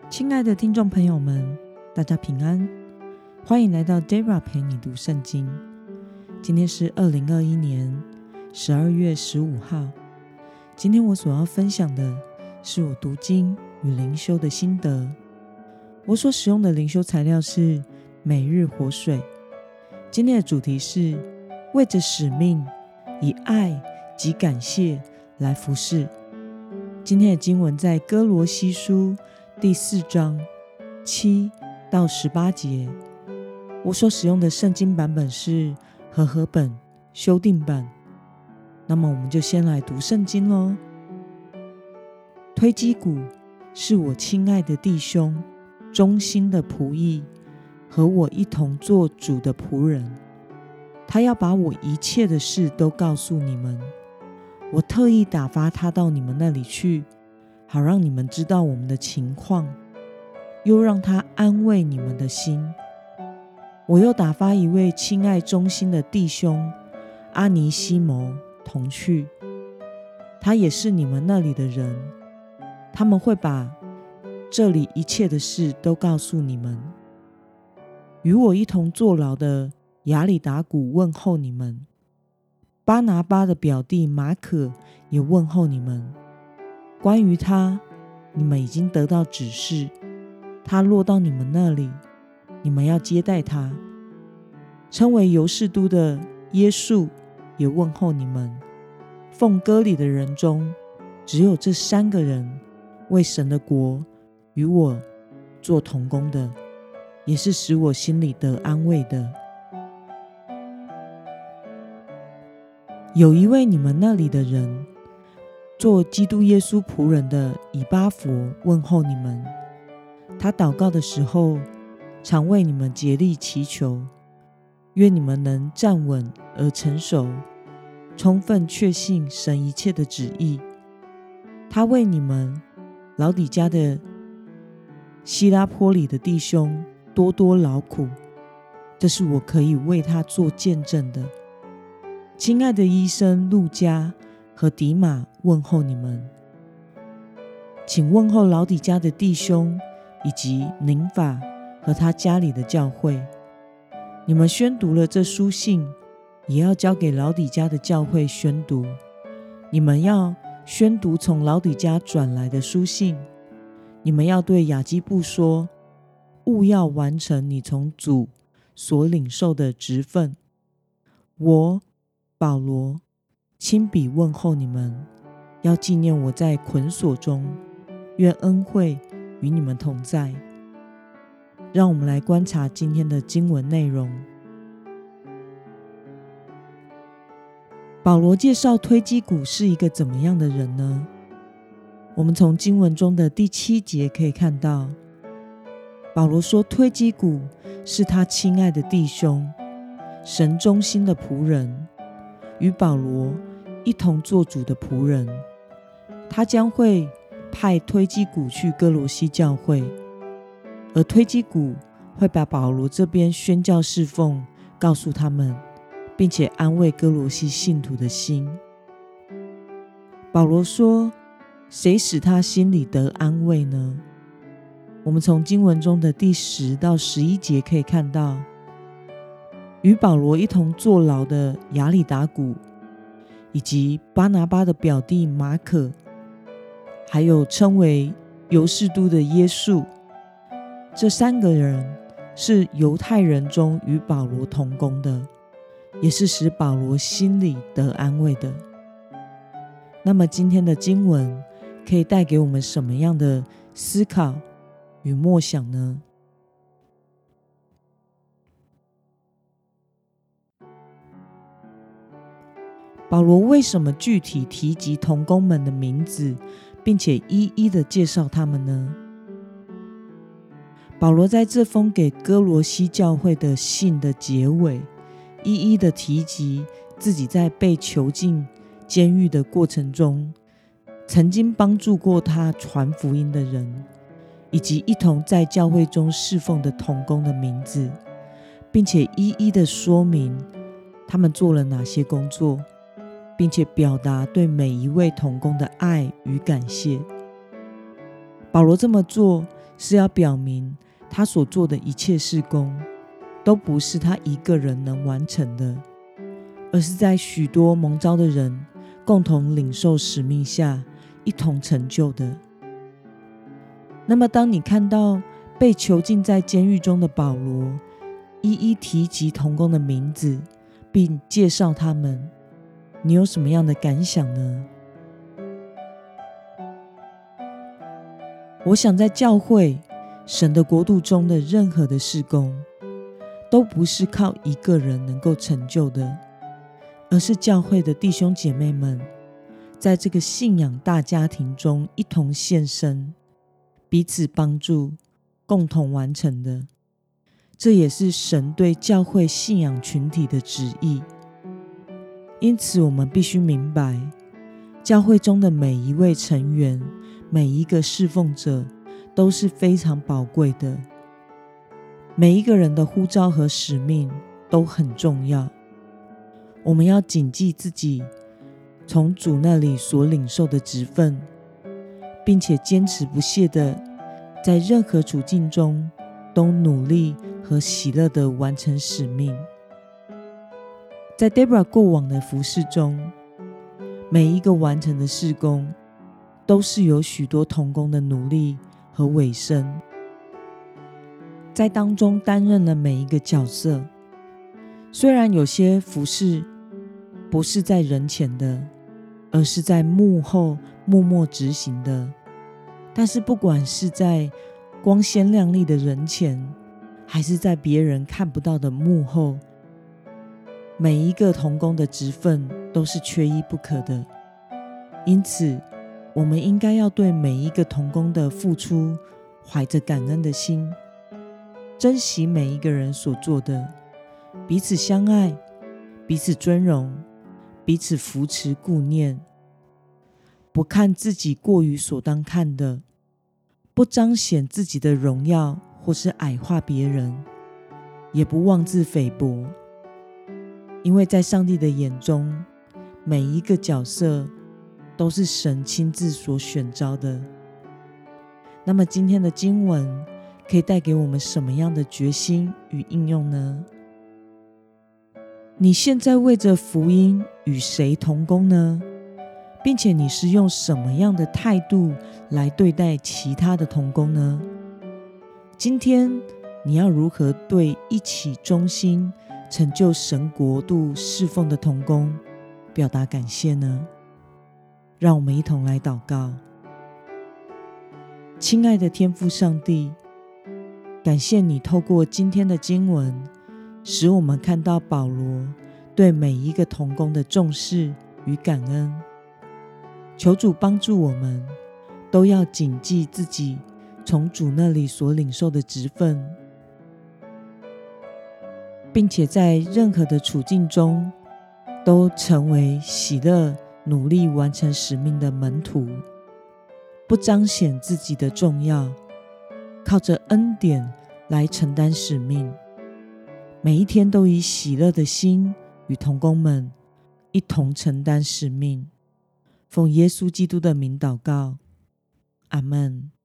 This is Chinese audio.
亲爱的听众朋友们，大家平安，欢迎来到 Dara 陪你读圣经。今天是2021年12月15号。今天我所要分享的是我读经与灵修的心得。我所使用的灵修材料是每日活水。今天的主题是为着使命，以爱及感谢来服侍。今天的经文在哥罗西书第4章7到18节。我所使用的圣经版本是和合本修订版。那么我们就先来读圣经咯。推基古是我亲爱的弟兄，忠心的仆役，和我一同做主的仆人。他要把我一切的事都告诉你们。我特意打发他到你们那里去，好让你们知道我们的情况，又让他安慰你们的心。我又打发一位亲爱忠心的弟兄阿尼西摩同去，他也是你们那里的人，他们会把这里一切的事都告诉你们。与我一同坐牢的亚里达古问候你们，巴拿巴的表弟马可也问候你们。关于他，你们已经得到指示，他落到你们那里，你们要接待他。称为犹士都的耶稣也问候你们。奉割礼的人中，只有这3个人为神的国与我做同工的，也是使我心里得安慰的。有一位你们那里的人，做基督耶稣仆人的以巴弗问候你们。他祷告的时候，常为你们竭力祈求，愿你们能站稳而成熟，充分确信神一切的旨意。他为你们老底嘉的希拉波里的弟兄多多劳苦，这是我可以为他做见证的。亲爱的医生路加和迪马问候你们。请问候老底嘉的弟兄以及宁法和他家里的教会。你们宣读了这书信，也要交给老底嘉的教会宣读。你们要宣读从老底嘉转来的书信。你们要对亚基布说，务要完成你从主所领受的职分。我保罗亲笔问候你们，要纪念我在捆锁中，愿恩惠与你们同在。让我们来观察今天的经文内容。保罗介绍推基古是一个怎么样的人呢？我们从经文中的第7节可以看到，保罗说推基古是他亲爱的弟兄，神忠心的仆人，与保罗一同做主的仆人。他将会派推基古去哥罗西教会，而推基古会把保罗这边宣教侍奉告诉他们，并且安慰哥罗西信徒的心。保罗说，谁使他心里得安慰呢？我们从经文中的第10到11节可以看到，与保罗一同坐牢的亚里达古，以及巴拿巴的表弟马可，还有称为犹士都的耶稣，这3个人是犹太人中与保罗同工的，也是使保罗心里得安慰的。那么今天的经文可以带给我们什么样的思考与默想呢？保罗为什么具体提及同工们的名字，并且一一的介绍他们呢？保罗在这封给哥罗西教会的信的结尾，一一的提及自己在被囚禁监狱的过程中，曾经帮助过他传福音的人，以及一同在教会中侍奉的同工的名字，并且一一的说明他们做了哪些工作，并且表达对每一位同工的爱与感谢。保罗这么做是要表明他所做的一切事工都不是他一个人能完成的，而是在许多蒙召的人共同领受使命下一同成就的。那么当你看到被囚禁在监狱中的保罗一一提及同工的名字并介绍他们，你有什么样的感想呢？我想在教会神的国度中的任何的事工都不是靠一个人能够成就的，而是教会的弟兄姐妹们在这个信仰大家庭中一同献身，彼此帮助，共同完成的。这也是神对教会信仰群体的旨意。因此我们必须明白，教会中的每一位成员，每一个侍奉者都是非常宝贵的，每一个人的呼召和使命都很重要。我们要谨记自己从主那里所领受的职分，并且坚持不懈的在任何处境中都努力和喜乐的完成使命。在 Deborah 过往的服事中，每一个完成的事工都是有许多同工的努力和委身，在当中担任了每一个角色。虽然有些服事不是在人前的，而是在幕后默默执行的，但是不管是在光鲜亮丽的人前，还是在别人看不到的幕后，每一个同工的职分都是缺一不可的。因此我们应该要对每一个同工的付出怀着感恩的心，珍惜每一个人所做的，彼此相爱，彼此尊荣，彼此扶持顾念，不看自己过于所当看的，不彰显自己的荣耀或是矮化别人，也不妄自菲薄。因为在上帝的眼中，每一个角色都是神亲自所选召的。那么今天的经文可以带给我们什么样的决心与应用呢？你现在为着福音与谁同工呢？并且你是用什么样的态度来对待其他的同工呢？今天你要如何对一起忠心成就神国度侍奉的同工表达感谢呢？让我们一同来祷告。亲爱的天父上帝，感谢你透过今天的经文，使我们看到保罗对每一个同工的重视与感恩。求主帮助我们都要谨记自己从主那里所领受的职分，并且在任何的处境中都成为喜乐努力完成使命的门徒，不彰显自己的重要，靠着恩典来承担使命，每一天都以喜乐的心与同工们一同承担使命。奉耶稣基督的名祷告，阿们。